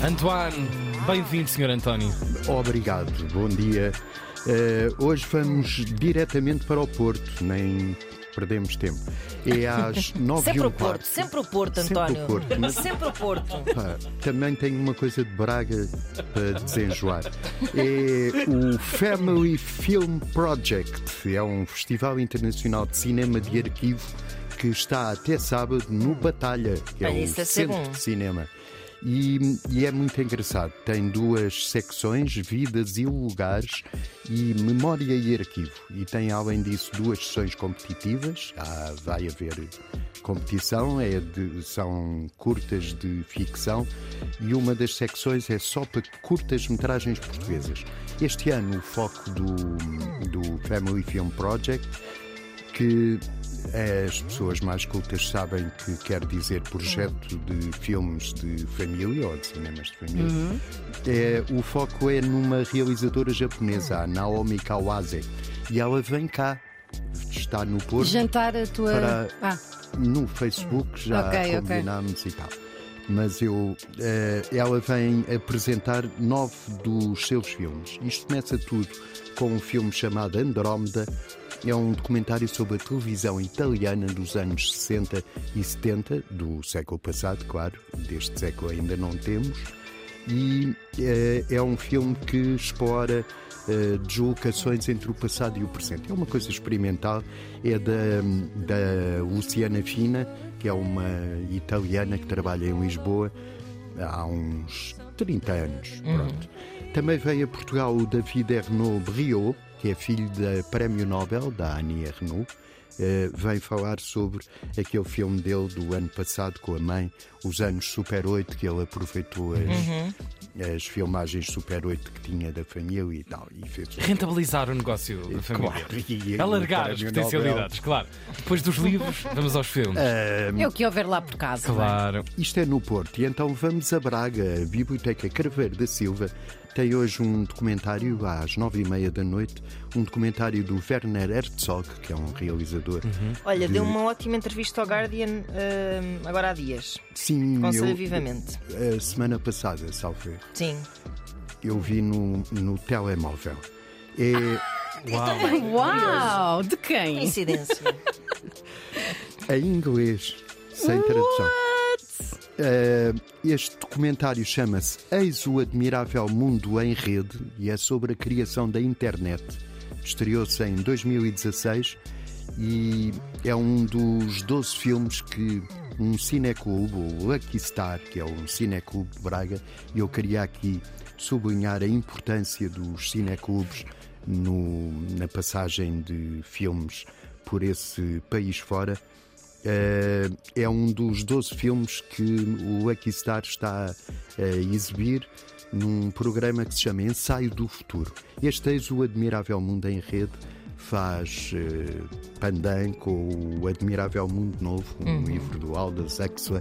Antoine, bem-vindo, Sr. António. Obrigado, bom dia. Hoje vamos diretamente para o Porto, nem perdemos tempo. É às 9h15. Sempre o Porto, António. Sempre o Porto, mas, Sempre o Porto. também tenho uma coisa de Braga para desenjoar. É o Family Film Project. É um festival internacional de cinema de arquivo que está até sábado no Batalha, que é o centro de cinema. E é muito engraçado. Tem duas secções, vidas e lugares, e memória e arquivo. E tem, além disso, duas sessões competitivas. Vai haver competição, são curtas de ficção, e uma das secções é só para curtas-metragens portuguesas. Este ano o foco do Family Film Project, que as pessoas mais cultas sabem que quer dizer projeto de filmes de família ou de cinemas de família. O foco é numa realizadora japonesa, a Naomi Kawase, e ela vem cá, está no Porto. Jantar a tua... No Facebook já combinámos e tal. Mas ela vem apresentar 9 dos seus filmes. Isto começa tudo com um filme chamado Andrómeda. É um documentário sobre a televisão italiana dos anos 60 e 70, do século passado, claro, deste século ainda não temos. E é um filme que explora deslocações entre o passado e o presente. É uma coisa experimental, é da Luciana Fina, que é uma italiana que trabalha em Lisboa há uns 30 anos. Pronto. Também veio a Portugal o David Ernaud Briot, que é filho da Prémio Nobel, da Annie Ernaux. Vem falar sobre aquele filme dele do ano passado com a mãe, Os Anos Super 8, que ele aproveitou as filmagens Super 8 que tinha da família e tal. E fez rentabilizar o negócio da família. Claro, alargar as potencialidades, claro. Depois dos livros, vamos aos filmes. É o que houver lá por casa. Claro. Isto é no Porto, e então vamos a Braga. A Biblioteca Craveiro da Silva tem hoje um documentário às 9h30 da noite, um documentário do Werner Herzog, que é um realizador. Olha, deu uma ótima entrevista ao Guardian agora há dias. Sim, Aconselho vivamente. A semana passada, salve. Sim. Eu vi no telemóvel. Uau! De quem? Coincidência. Em inglês, sem tradução. Este documentário chama-se Eis o Admirável Mundo em Rede e é sobre a criação da internet. Estreou-se em 2016 e é um dos 12 filmes que um cineclube, o Lucky Star, que é um cineclube de Braga, e eu queria aqui sublinhar a importância dos cineclubes na passagem de filmes por esse país fora. É um dos 12 filmes que o Lucky Star está a exibir num programa que se chama Ensaio do Futuro. Este Eis o Admirável Mundo em Rede faz pandan com o Admirável Mundo Novo, um livro do Aldous Huxley,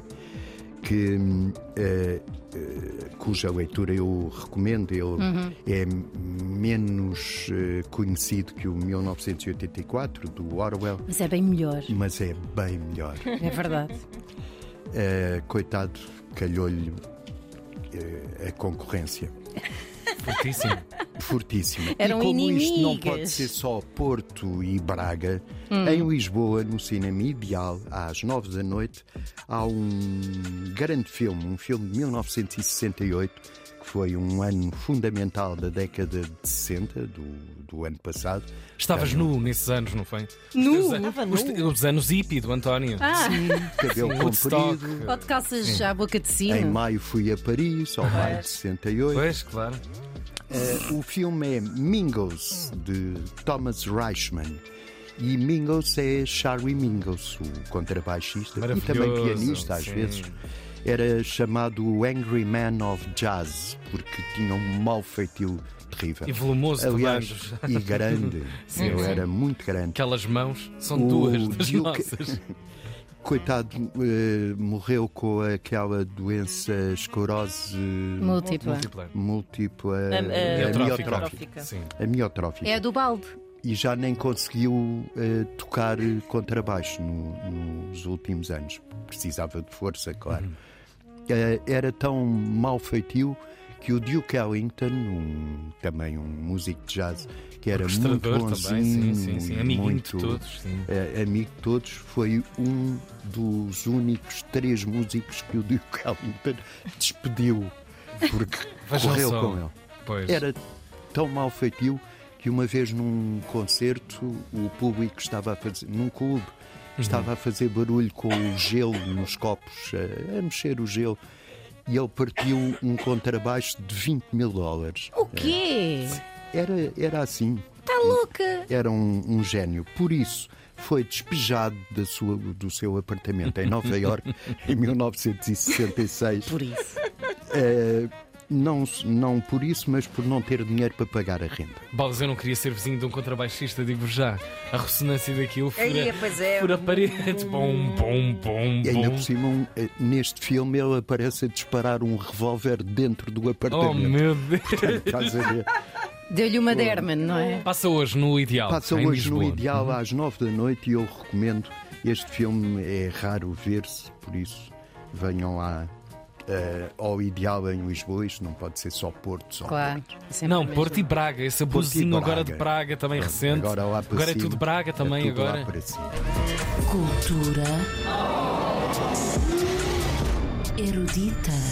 cuja leitura eu recomendo. Ele é menos conhecido que o 1984 do Orwell, Mas é bem melhor. mas é bem melhor. É verdade. Coitado, calhou-lhe a concorrência. Fortíssimo. Fortíssima. Eram e como isto não inimigas. pode ser só Porto e Braga, em Lisboa, no Cinema Ideal, às 9 da noite, há um grande filme, um filme de 1968, que foi um ano fundamental da década de 60, do ano passado. Estavas nu nesses anos, não foi? Nu? Estava nu. Os anos hippie do António. Sim, cabelo Woodstock. comprido. Ou de calças à boca de sino. Em maio fui a Paris, ao maio de 68. Pois, claro. O filme é Mingus, de Thomas Reichman. E Mingus é Charlie Mingus, o contrabaixista e também pianista, às vezes. Era chamado o Angry Man of Jazz, porque tinha um mau feitio terrível. E volumoso Aliás, também. e grande. Ele era muito grande. Aquelas mãos são duas das nossas. Coitado, morreu com aquela doença esclerose múltipla amiotrófica. Sim. amiotrófica. É a do balde. E já nem conseguiu tocar contrabaixo nos últimos anos. Precisava de força, claro. era tão mal feitio que o Duke Ellington, também um músico de jazz que era muito bonzinho, sim. Amiguinho muito, de todos, sim. Amigo de todos, foi um dos únicos 3 músicos que o Duke Ellington despediu porque correu com ele. Pois. Era tão mal feitio que uma vez num concerto o público estava a fazer, num clube, estava a fazer barulho com o gelo nos copos, a mexer o gelo, e ele partiu um contrabaixo de $20.000. O quê? Era assim. Está louca? Era um gênio. Por isso, foi despejado do seu apartamento em Nova Iorque em 1966. Por isso. Não por isso, mas por não ter dinheiro para pagar a renda. Bolas, eu não queria ser vizinho de um contrabaixista, digo já. A ressonância daquilo fura a parede. Bom. E ainda por cima, neste filme, ele aparece a disparar um revólver dentro do apartamento. Oh, meu Deus! Portanto, estás a ver? Deu-lhe uma Derman, não é? Passa hoje no Ideal. Passa em hoje Lisboa. no Ideal às 9 da noite e eu recomendo. Este filme é raro ver-se, por isso venham lá ao Ideal em Lisboa. Isto não pode ser só Porto, só Claro. Porto. Não, Porto e Braga. Esse abusinho agora de Braga também Pronto, recente. Agora, lá para Agora é cima, tudo Braga também. tudo Agora. Lá para cima. Cultura erudita.